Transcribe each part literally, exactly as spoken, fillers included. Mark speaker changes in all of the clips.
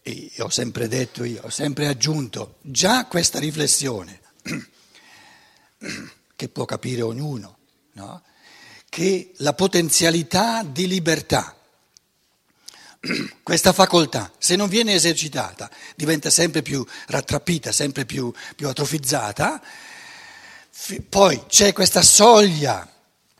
Speaker 1: e ho sempre detto io, ho sempre aggiunto, già questa riflessione che può capire ognuno, no? Che la potenzialità di libertà, questa facoltà, se non viene esercitata, diventa sempre più rattrappita, sempre più, più atrofizzata, poi c'è questa soglia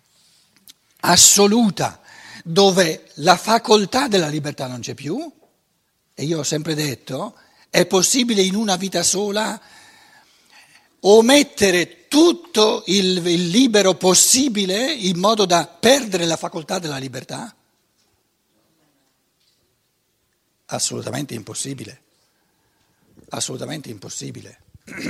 Speaker 1: assoluta dove la facoltà della libertà non c'è più, e io ho sempre detto, è possibile in una vita sola omettere tutto il, il libero possibile in modo da perdere la facoltà della libertà? Assolutamente impossibile, assolutamente impossibile.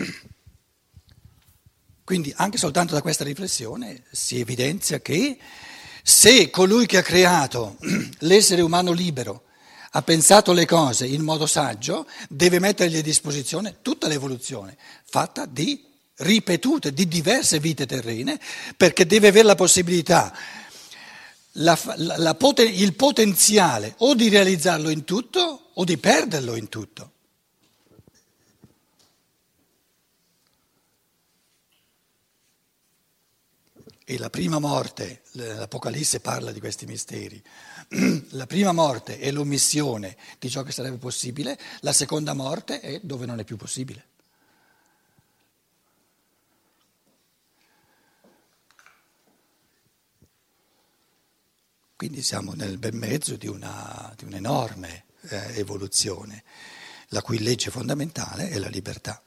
Speaker 1: Quindi anche soltanto da questa riflessione si evidenzia che se colui che ha creato l'essere umano libero ha pensato le cose in modo saggio, deve mettergli a disposizione tutta l'evoluzione fatta di ripetute, di diverse vite terrene, perché deve avere la possibilità, la, la, la poten- il potenziale o di realizzarlo in tutto o di perderlo in tutto. E la prima morte, l'Apocalisse parla di questi misteri, la prima morte è l'omissione di ciò che sarebbe possibile, la seconda morte è dove non è più possibile. Quindi siamo nel bel mezzo di, una, di un'enorme eh, evoluzione, la cui legge fondamentale è la libertà.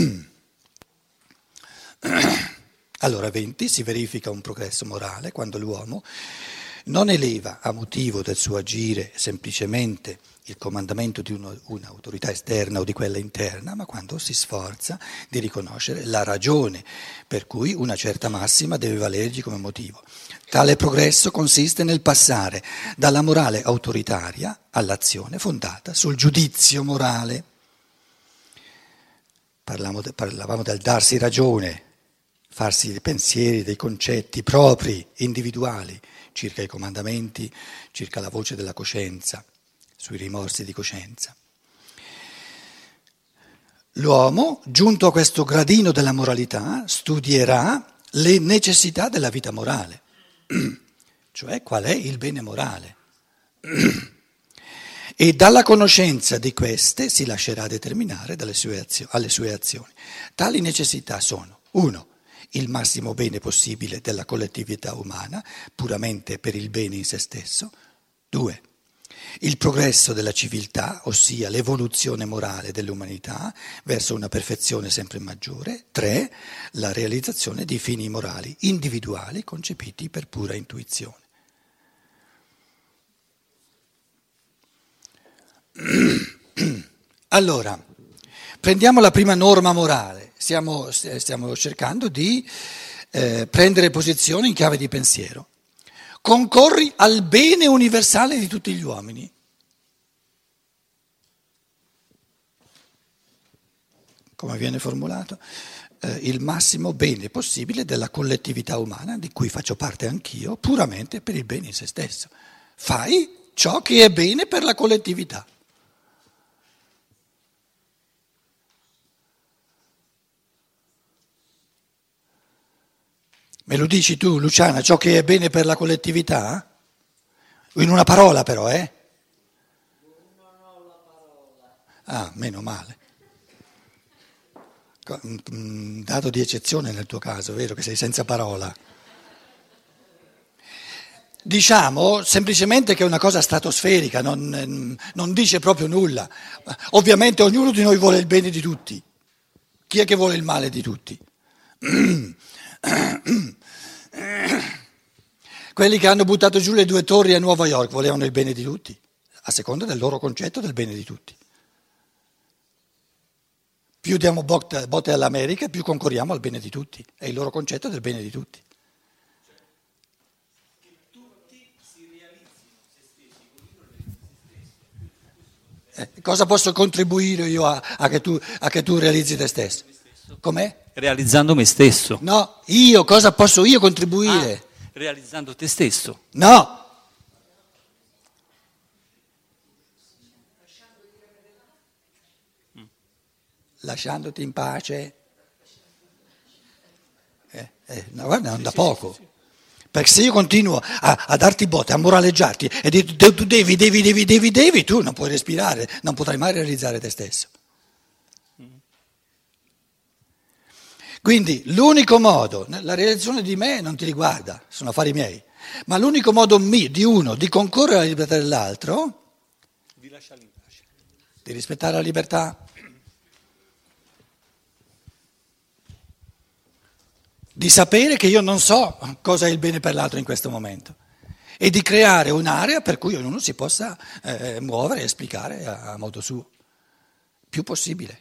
Speaker 1: Allora, venti, si verifica un progresso morale quando l'uomo non eleva a motivo del suo agire semplicemente il comandamento di uno, un'autorità esterna o di quella interna, ma quando si sforza di riconoscere la ragione per cui una certa massima deve valergli come motivo. Tale progresso consiste nel passare dalla morale autoritaria all'azione fondata sul giudizio morale. Parlavamo del darsi ragione, farsi dei pensieri, dei concetti propri, individuali, circa i comandamenti, circa la voce della coscienza, sui rimorsi di coscienza. L'uomo, giunto a questo gradino della moralità, studierà le necessità della vita morale, cioè qual è il bene morale. E dalla conoscenza di queste si lascerà determinare dalle sue azioni, alle sue azioni. Tali necessità sono, uno, il massimo bene possibile della collettività umana, puramente per il bene in se stesso. Due, il progresso della civiltà, ossia l'evoluzione morale dell'umanità verso una perfezione sempre maggiore. Tre, la realizzazione di fini morali individuali concepiti per pura intuizione. Allora, prendiamo la prima norma morale. Stiamo, stiamo cercando di eh, prendere posizione in chiave di pensiero. Concorri al bene universale di tutti gli uomini. Come viene formulato? Eh, il massimo bene possibile della collettività umana, di cui faccio parte anch'io, puramente per il bene in se stesso. Fai ciò che è bene per la collettività. Me lo dici tu, Luciana, ciò che è bene per la collettività? In una parola però, eh?
Speaker 2: Non ho la parola.
Speaker 1: Ah, meno male. Un dato di eccezione nel tuo caso, vero che sei senza parola. Diciamo semplicemente che è una cosa stratosferica, non, non dice proprio nulla. Ovviamente ognuno di noi vuole il bene di tutti. Chi è che vuole il male di tutti? Quelli che hanno buttato giù le due torri a New York volevano il bene di tutti, a seconda del loro concetto del bene di tutti. Più diamo botte, botte all'America, più concorriamo al bene di tutti, è il loro concetto del bene di tutti.
Speaker 3: Che tutti si realizzino se stessi, ognuno se stessi.
Speaker 1: Eh, cosa posso contribuire io a, a, che tu, a che tu realizzi te stesso? Com'è?
Speaker 3: Realizzando me stesso.
Speaker 1: No, io cosa posso io contribuire?
Speaker 3: Ah, realizzando te stesso.
Speaker 1: No. lasciandoti in pace. Eh, eh, no, guarda, non da poco. Perché se io continuo a, a darti botte, a moraleggiarti e di, tu tu devi, devi, devi, devi, devi, tu non puoi respirare, non potrai mai realizzare te stesso. Quindi l'unico modo, la realizzazione di me non ti riguarda, sono affari miei, ma l'unico modo mio, di uno di concorrere alla libertà dell'altro,
Speaker 3: Di lasciarli in pace.
Speaker 1: di rispettare la libertà, di sapere che io non so cosa è il bene per l'altro in questo momento e di creare un'area per cui ognuno si possa eh, muovere e esplicare a, a modo suo, più possibile.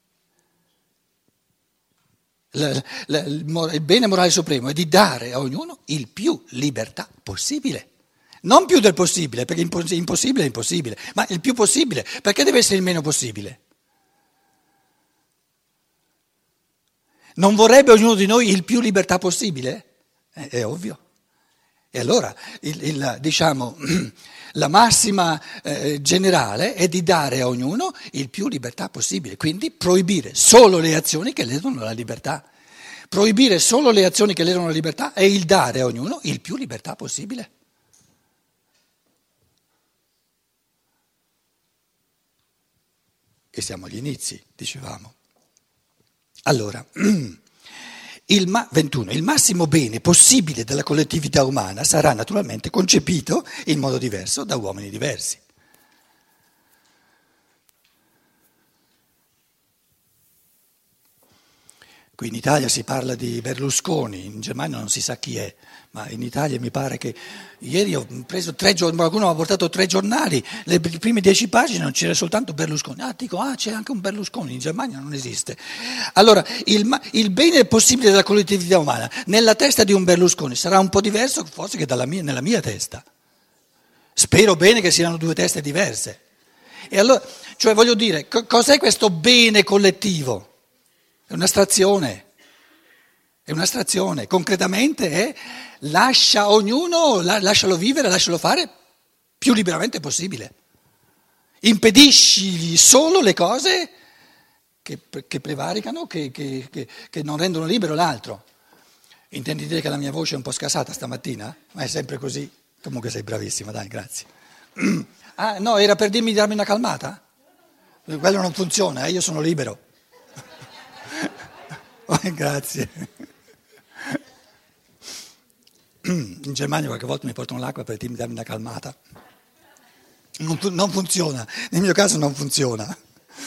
Speaker 1: L- l- il, mor- il bene morale supremo è di dare a ognuno il più libertà possibile, non più del possibile, perché impos- impossibile è impossibile, ma il più possibile, perché deve essere il meno possibile. Non vorrebbe ognuno di noi il più libertà possibile? Eh, è ovvio. E allora, il, il, diciamo, la massima eh, generale è di dare a ognuno il più libertà possibile, quindi proibire solo le azioni che ledono la libertà. Proibire solo le azioni che ledono la libertà è il dare a ognuno il più libertà possibile. E siamo agli inizi, dicevamo. Allora, il ma- ventuno, il massimo bene possibile della collettività umana sarà naturalmente concepito in modo diverso da uomini diversi. Qui in Italia si parla di Berlusconi, in Germania non si sa chi è, ma in Italia mi pare che ieri ho preso tre giornali, qualcuno mi ha portato tre giornali, le prime dieci pagine non c'era soltanto Berlusconi, ah dico ah c'è anche un Berlusconi, in Germania non esiste. Allora il, il bene possibile della collettività umana nella testa di un Berlusconi sarà un po' diverso forse che dalla mia, nella mia testa, spero bene che siano due teste diverse. E allora, cioè voglio dire, co- cos'è questo bene collettivo? È un'astrazione, è un'astrazione, concretamente è lascia ognuno, la, lascialo vivere, lascialo fare più liberamente possibile. Impediscigli solo le cose che, che prevaricano, che, che, che, che non rendono libero l'altro. Intendi dire che la mia voce è un po' scassata stamattina? Ma è sempre così? Comunque sei bravissima, dai, grazie. Ah, no, era per dirmi di darmi una calmata? Quello non funziona, eh, io sono libero. Oh, grazie. In Germania qualche volta mi portano l'acqua per dirmi darmi una calmata. Non, non funziona, nel mio caso non funziona.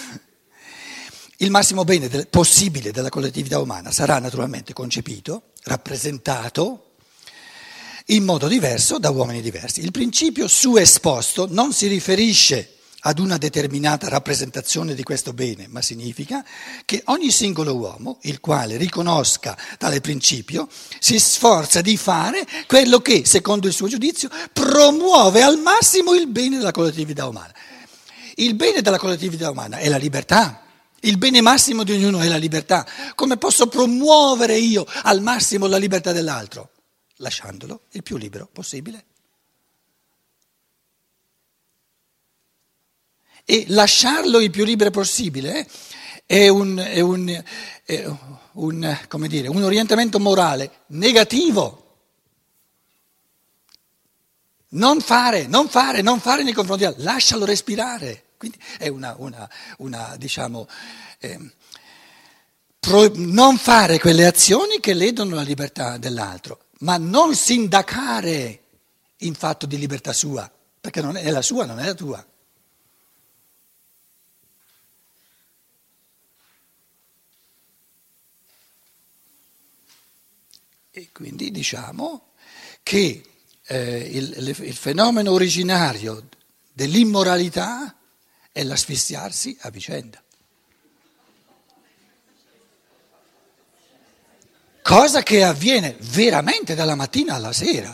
Speaker 1: Il massimo bene del, possibile della collettività umana sarà naturalmente concepito, rappresentato in modo diverso da uomini diversi. Il principio suesposto non si riferisce ad una determinata rappresentazione di questo bene, ma significa che ogni singolo uomo, il quale riconosca tale principio, si sforza di fare quello che, secondo il suo giudizio, promuove al massimo il bene della collettività umana. Il bene della collettività umana è la libertà, il bene massimo di ognuno è la libertà. Come posso promuovere io al massimo la libertà dell'altro? Lasciandolo il più libero possibile. E lasciarlo il più libero possibile è un, è un, è un, come dire, un orientamento morale negativo. Non fare, non fare, non fare nei confronti di altri, lascialo respirare. Quindi è una, una, una diciamo, eh, pro, non fare quelle azioni che ledono la libertà dell'altro, ma non sindacare in fatto di libertà sua, perché non è, è la sua, non è la tua. E quindi diciamo che eh, il, il fenomeno originario dell'immoralità è l'asfissiarsi a vicenda. Cosa che avviene veramente dalla mattina alla sera.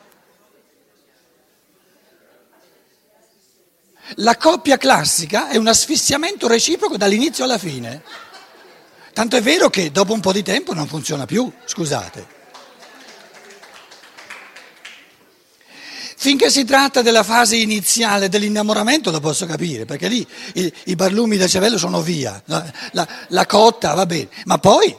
Speaker 1: La coppia classica è un asfissiamento reciproco dall'inizio alla fine. Tanto è vero che dopo un po' di tempo non funziona più, scusate. Finché si tratta della fase iniziale dell'innamoramento lo posso capire, perché lì i, i barlumi del cervello sono via, la, la, la cotta va bene, ma poi,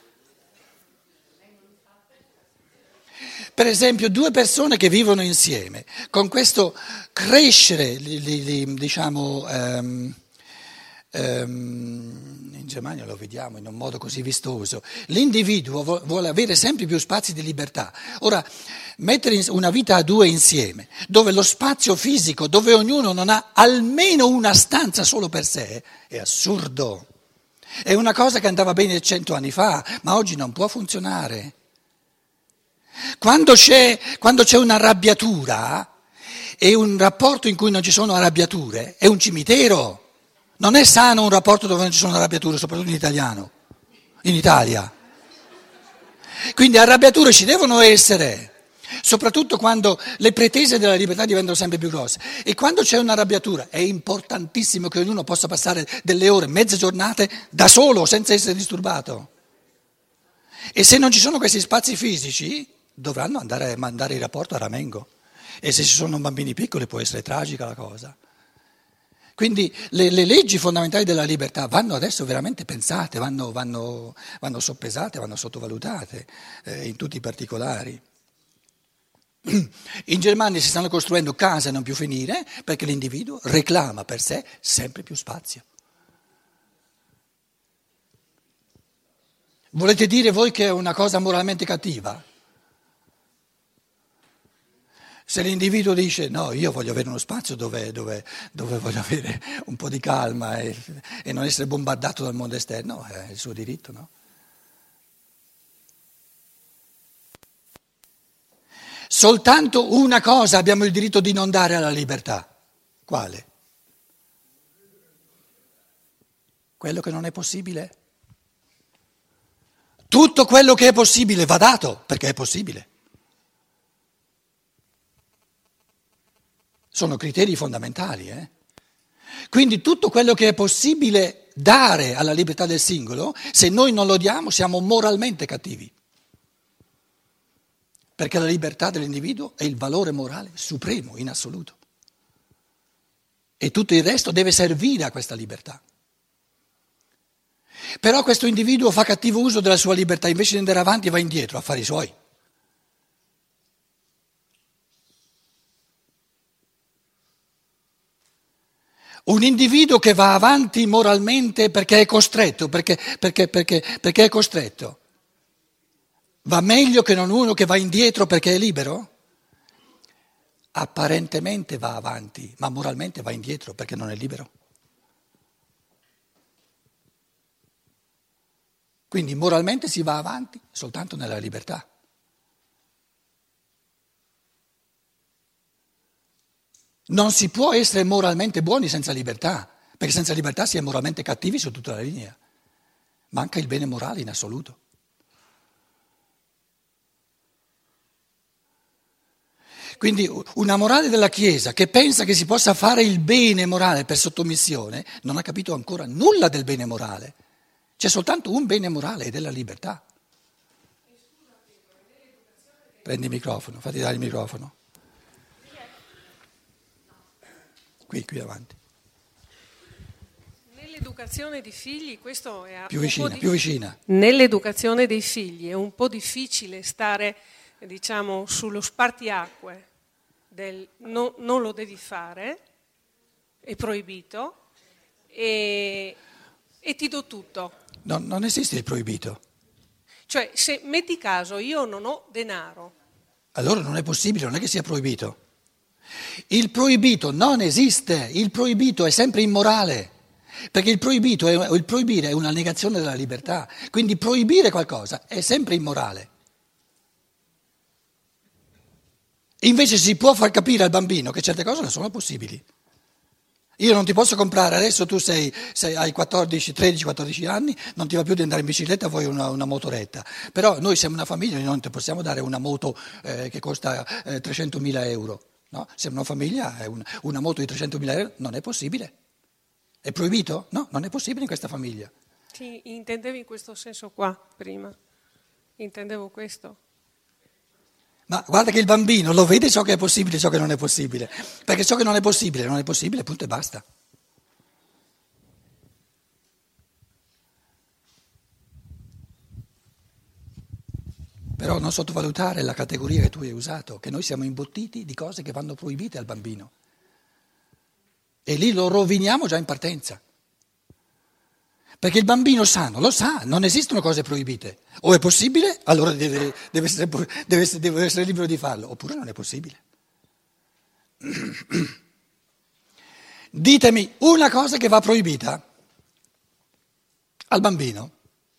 Speaker 1: per esempio, due persone che vivono insieme, con questo crescere, li, li, li, diciamo, ehm, ehm, in Germania lo vediamo in un modo così vistoso, l'individuo vuole avere sempre più spazi di libertà. Ora, mettere una vita a due insieme, dove lo spazio fisico, dove ognuno non ha almeno una stanza solo per sé, è assurdo. È una cosa che andava bene cento anni fa, ma oggi non può funzionare. Quando c'è, quando c'è un'arrabbiatura e un rapporto in cui non ci sono arrabbiature, è un cimitero. Non è sano un rapporto dove non ci sono arrabbiature, soprattutto in italiano, in Italia. Quindi arrabbiature ci devono essere, soprattutto quando le pretese della libertà diventano sempre più grosse. E quando c'è un'arrabbiatura è importantissimo che ognuno possa passare delle ore, mezze giornate da solo, senza essere disturbato. E se non ci sono questi spazi fisici, dovranno andare a mandare il rapporto a ramengo. E se ci sono bambini piccoli può essere tragica la cosa. Quindi le, le leggi fondamentali della libertà vanno adesso veramente pensate, vanno, vanno, vanno soppesate, vanno sottovalutate eh, in tutti i particolari. In Germania si stanno costruendo case a non più finire perché l'individuo reclama per sé sempre più spazio. Volete dire voi che è una cosa moralmente cattiva? Se l'individuo dice no, io voglio avere uno spazio dove, dove, dove voglio avere un po' di calma e, e non essere bombardato dal mondo esterno, è il suo diritto, no? Soltanto una cosa abbiamo il diritto di non dare alla libertà. Quale? Quello che non è possibile. Tutto quello che è possibile va dato perché è possibile. Sono criteri fondamentali, eh? Quindi tutto quello che è possibile dare alla libertà del singolo, se noi non lo diamo siamo moralmente cattivi. Perché la libertà dell'individuo è il valore morale supremo, in assoluto. E tutto il resto deve servire a questa libertà. Però questo individuo fa cattivo uso della sua libertà, invece di andare avanti va indietro a fare i suoi. Un individuo che va avanti moralmente perché è costretto, perché, perché, perché, perché è costretto, va meglio che non uno che va indietro perché è libero? Apparentemente va avanti, ma moralmente va indietro perché non è libero. Quindi moralmente si va avanti soltanto nella libertà. Non si può essere moralmente buoni senza libertà, perché senza libertà si è moralmente cattivi su tutta la linea. Manca il bene morale in assoluto. Quindi una morale della Chiesa che pensa che si possa fare il bene morale per sottomissione non ha capito ancora nulla del bene morale. C'è soltanto un bene morale ed è la libertà. Prendi il microfono, fatti dare il microfono. Qui, qui avanti.
Speaker 4: Nell'educazione di figli, questo è
Speaker 1: più
Speaker 4: un
Speaker 1: vicina,
Speaker 4: po'
Speaker 1: più vicina.
Speaker 4: Nell'educazione dei figli è un po' difficile stare, diciamo, sullo spartiacque del no, non lo devi fare, è proibito e, e ti do tutto.
Speaker 1: No, non esiste il proibito.
Speaker 4: Cioè, se metti caso io non ho denaro.
Speaker 1: Allora non è possibile, non è che sia proibito. Il proibito non esiste, il proibito è sempre immorale, perché il proibito è, il proibire è una negazione della libertà, quindi proibire qualcosa è sempre immorale. Invece si può far capire al bambino che certe cose non sono possibili. Io non ti posso comprare, adesso tu sei, sei, hai quattordici, tredici, quattordici anni, non ti va più di andare in bicicletta, vuoi una, una motoretta. Però noi siamo una famiglia, noi non ti possiamo dare una moto eh, che costa eh, trecentomila euro. No? Siamo una famiglia, un, una moto di trecentomila euro non è possibile. È proibito? No, non è possibile in questa famiglia.
Speaker 4: Sì, intendevi in questo senso qua prima. Intendevo questo.
Speaker 1: Ma guarda che il bambino lo vede ciò che è possibile e ciò che non è possibile, perché ciò che non è possibile non è possibile, punto e basta. Però non sottovalutare la categoria che tu hai usato, che noi siamo imbottiti di cose che vanno proibite al bambino. E lì lo roviniamo già in partenza. Perché il bambino sano lo sa, non esistono cose proibite. O è possibile, allora deve, deve, essere, deve, essere, deve essere libero di farlo, oppure non è possibile. Ditemi una cosa che va proibita al bambino.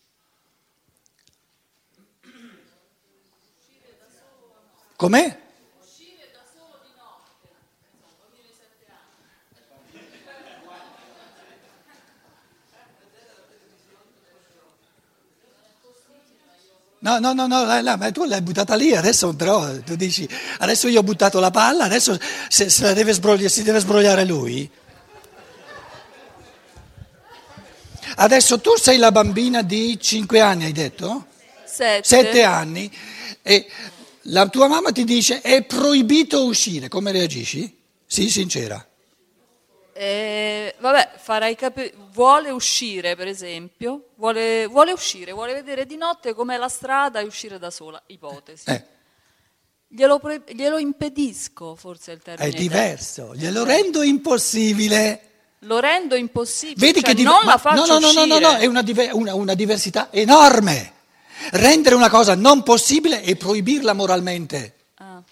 Speaker 1: Com'è? No, no, no, no, no, ma tu l'hai buttata lì, adesso però tu dici, adesso io ho buttato la palla, adesso se, se la deve sbrogliare, si deve sbrogliare lui. Adesso tu sei la bambina di cinque anni, hai detto?
Speaker 5: Sette.
Speaker 1: Sette anni, e la tua mamma ti dice è proibito uscire, come reagisci? Sii sincera.
Speaker 5: Eh, vabbè, farai capire, vuole uscire per esempio, vuole, vuole uscire, vuole vedere di notte com'è la strada e uscire da sola, ipotesi.
Speaker 1: Eh.
Speaker 5: Glielo, pre- glielo impedisco, forse è il termine.
Speaker 1: È diverso, glielo rendo impossibile.
Speaker 5: Lo rendo impossibile,
Speaker 1: Vedi
Speaker 5: cioè
Speaker 1: che div-
Speaker 5: non
Speaker 1: ma-
Speaker 5: la faccio
Speaker 1: no, no, no, no, no,
Speaker 5: uscire.
Speaker 1: no, è una, diver- una, una diversità enorme. Rendere una cosa non possibile e proibirla moralmente.
Speaker 5: Ah.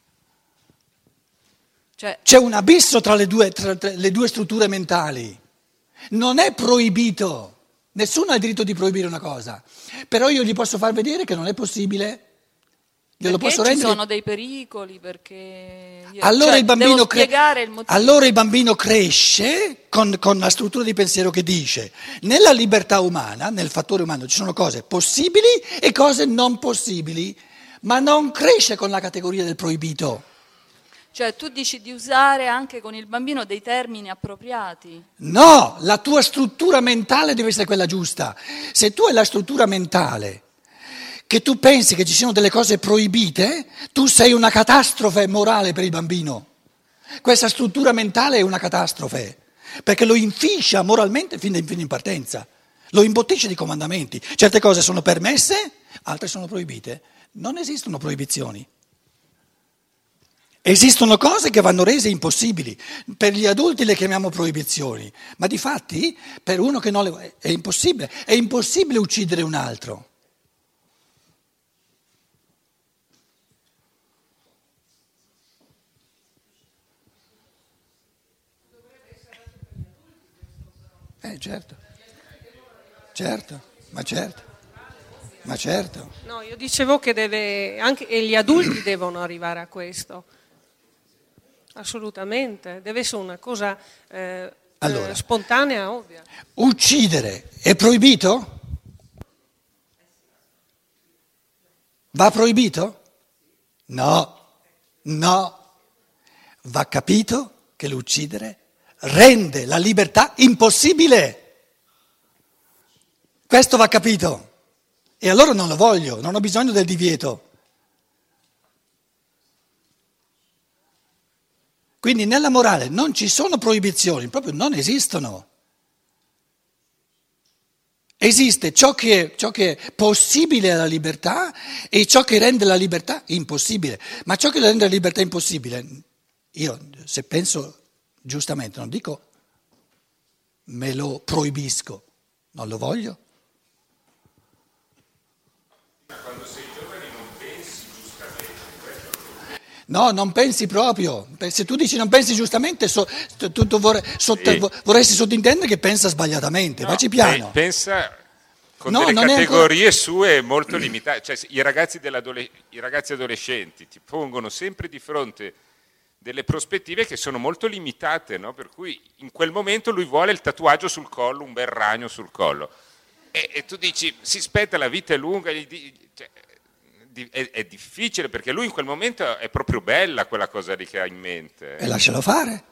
Speaker 5: Cioè,
Speaker 1: C'è un abisso tra le due, tra, tra le due strutture mentali. Non è proibito. Nessuno ha il diritto di proibire una cosa. Però io gli posso far vedere che non è possibile. Glielo
Speaker 5: perché
Speaker 1: posso
Speaker 5: ci
Speaker 1: rendere.
Speaker 5: sono dei pericoli, perché io,
Speaker 1: Allora,
Speaker 5: cioè,
Speaker 1: il bambino
Speaker 5: devo
Speaker 1: cre-
Speaker 5: spiegare il motivo.
Speaker 1: allora il bambino cresce con, con la struttura di pensiero che dice nella libertà umana, nel fattore umano ci sono cose possibili e cose non possibili, ma non cresce con la categoria del proibito.
Speaker 5: Cioè tu dici di usare anche con il bambino dei termini appropriati.
Speaker 1: No, la tua struttura mentale deve essere quella giusta. Se tu hai la struttura mentale che tu pensi che ci siano delle cose proibite, tu sei una catastrofe morale per il bambino. Questa struttura mentale è una catastrofe, perché lo infiscia moralmente fin in, fin in partenza, lo imbottisce di comandamenti. Certe cose sono permesse, altre sono proibite. Non esistono proibizioni. Esistono cose che vanno rese impossibili. Per gli adulti le chiamiamo proibizioni, ma di fatti per uno che non le... è impossibile. È impossibile uccidere un altro. Eh certo, certo, ma certo, ma certo.
Speaker 4: No, io dicevo che deve, anche e gli adulti devono arrivare a questo. Assolutamente, deve essere una cosa eh,
Speaker 1: Allora.
Speaker 4: eh, spontanea, ovvia.
Speaker 1: Uccidere è proibito? Va proibito? No, no. Va capito che l'uccidere rende la libertà impossibile. Questo va capito. E allora non lo voglio, non ho bisogno del divieto. Quindi nella morale non ci sono proibizioni, proprio non esistono. Esiste ciò che, ciò che è possibile alla libertà e ciò che rende la libertà impossibile. Ma ciò che rende la libertà impossibile, io se penso giustamente, non dico me lo proibisco, non lo voglio.
Speaker 6: Ma quando sei giovane non pensi giustamente, questo.
Speaker 1: No, non pensi proprio. Se tu dici non pensi giustamente, so, tu, tu vorrei, sotto,
Speaker 6: Sì.
Speaker 1: vorresti sottintendere che pensa sbagliatamente.
Speaker 6: No,
Speaker 1: Vacci piano.
Speaker 6: pe- Pensa con
Speaker 1: No,
Speaker 6: delle
Speaker 1: non è
Speaker 6: categorie sue molto limitate. Cioè, i ragazzi, dell'adole- i ragazzi adolescenti ti pongono sempre di fronte delle prospettive che sono molto limitate, no? Per cui in quel momento lui vuole il tatuaggio sul collo, un bel ragno sul collo. E, e tu dici, si aspetta, la vita è lunga, gli di- cioè, di- è, è difficile perché lui in quel momento è proprio bella quella cosa lì che ha in mente.
Speaker 1: E lascialo fare.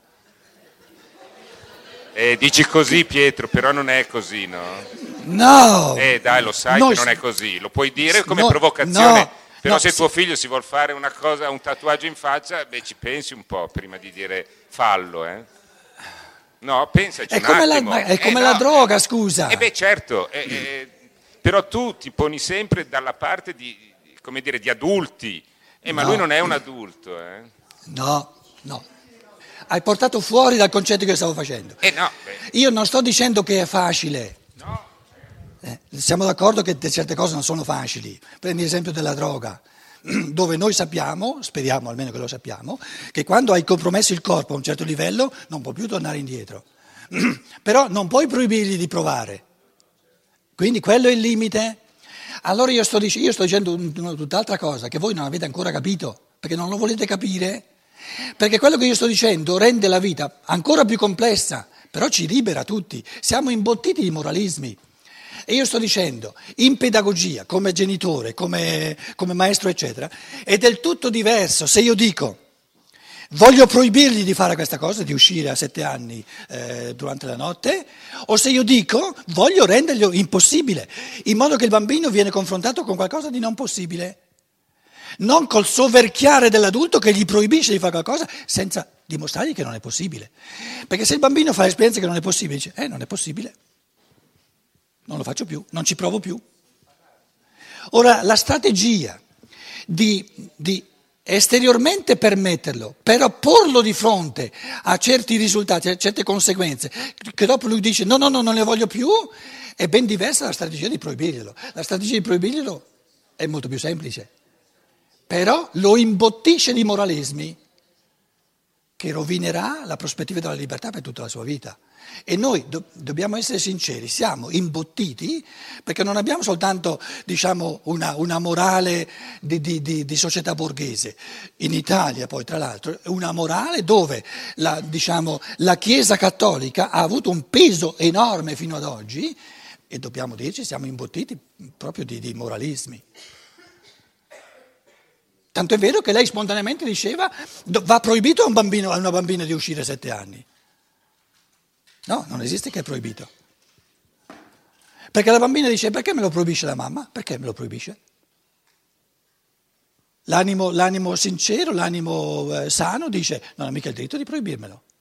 Speaker 6: E dici così, Pietro, però non è così, no?
Speaker 1: No.
Speaker 6: Eh dai, lo sai
Speaker 1: Noi-
Speaker 6: che non è così, lo puoi dire come
Speaker 1: No,
Speaker 6: provocazione
Speaker 1: no,
Speaker 6: Però
Speaker 1: No,
Speaker 6: se
Speaker 1: sì.
Speaker 6: tuo figlio si vuol fare una cosa, un tatuaggio in faccia, beh, ci pensi un po' prima di dire fallo, eh? No, pensaci
Speaker 1: È
Speaker 6: un
Speaker 1: come la-
Speaker 6: attimo.
Speaker 1: ma è come
Speaker 6: Eh,
Speaker 1: la
Speaker 6: no,
Speaker 1: droga,
Speaker 6: eh,
Speaker 1: scusa.
Speaker 6: Eh beh, certo, eh, eh, però tu ti poni sempre dalla parte di, come dire, di adulti. Eh, ma
Speaker 1: No.
Speaker 6: lui non è un adulto, eh?
Speaker 1: No, no. Hai portato fuori dal concetto che stavo facendo.
Speaker 6: Eh no, beh,
Speaker 1: Io non sto dicendo che è facile.
Speaker 6: no.
Speaker 1: Eh, siamo d'accordo che certe cose non sono facili. Prendi l'esempio della droga, dove noi sappiamo, speriamo almeno che lo sappiamo, che quando hai compromesso il corpo a un certo livello non puoi più tornare indietro. Però non puoi proibirgli di provare. Quindi quello è il limite. Allora io sto, dic- io sto dicendo un- una tutt'altra cosa che voi non avete ancora capito, perché non lo volete capire. Perché quello che io sto dicendo rende la vita ancora più complessa, però ci libera tutti. Siamo imbottiti di moralismi. E io sto dicendo, in pedagogia, come genitore, come, come maestro, eccetera, è del tutto diverso se io dico voglio proibirgli di fare questa cosa, di uscire a sette anni eh, durante la notte, o se io dico voglio renderglielo impossibile, in modo che il bambino viene confrontato con qualcosa di non possibile. Non col soverchiare dell'adulto che gli proibisce di fare qualcosa senza dimostrargli che non è possibile. Perché se il bambino fa l'esperienza che non è possibile, dice, eh, non è possibile, non lo faccio più, non ci provo più. Ora, la strategia di, di esteriormente permetterlo, però porlo di fronte a certi risultati, a certe conseguenze, che dopo lui dice no, no, no, non ne voglio più, è ben diversa dalla strategia di proibirglielo. La strategia di proibirglielo è molto più semplice. Però lo imbottisce di moralismi che rovinerà la prospettiva della libertà per tutta la sua vita. E noi do- dobbiamo essere sinceri, siamo imbottiti perché non abbiamo soltanto, diciamo, una, una morale di, di- di- di società borghese. In Italia poi, tra l'altro, è una morale dove la, diciamo, la Chiesa cattolica ha avuto un peso enorme fino ad oggi e dobbiamo dirci, siamo imbottiti proprio di, di moralismi. Tanto è vero che lei spontaneamente diceva do- va proibito a un bambino, a una bambina di uscire a sette anni. No, non esiste che è proibito. Perché la bambina dice perché me lo proibisce la mamma? Perché me lo proibisce? L'animo, l'animo sincero, l'animo eh, sano dice non ha mica il diritto di proibirmelo.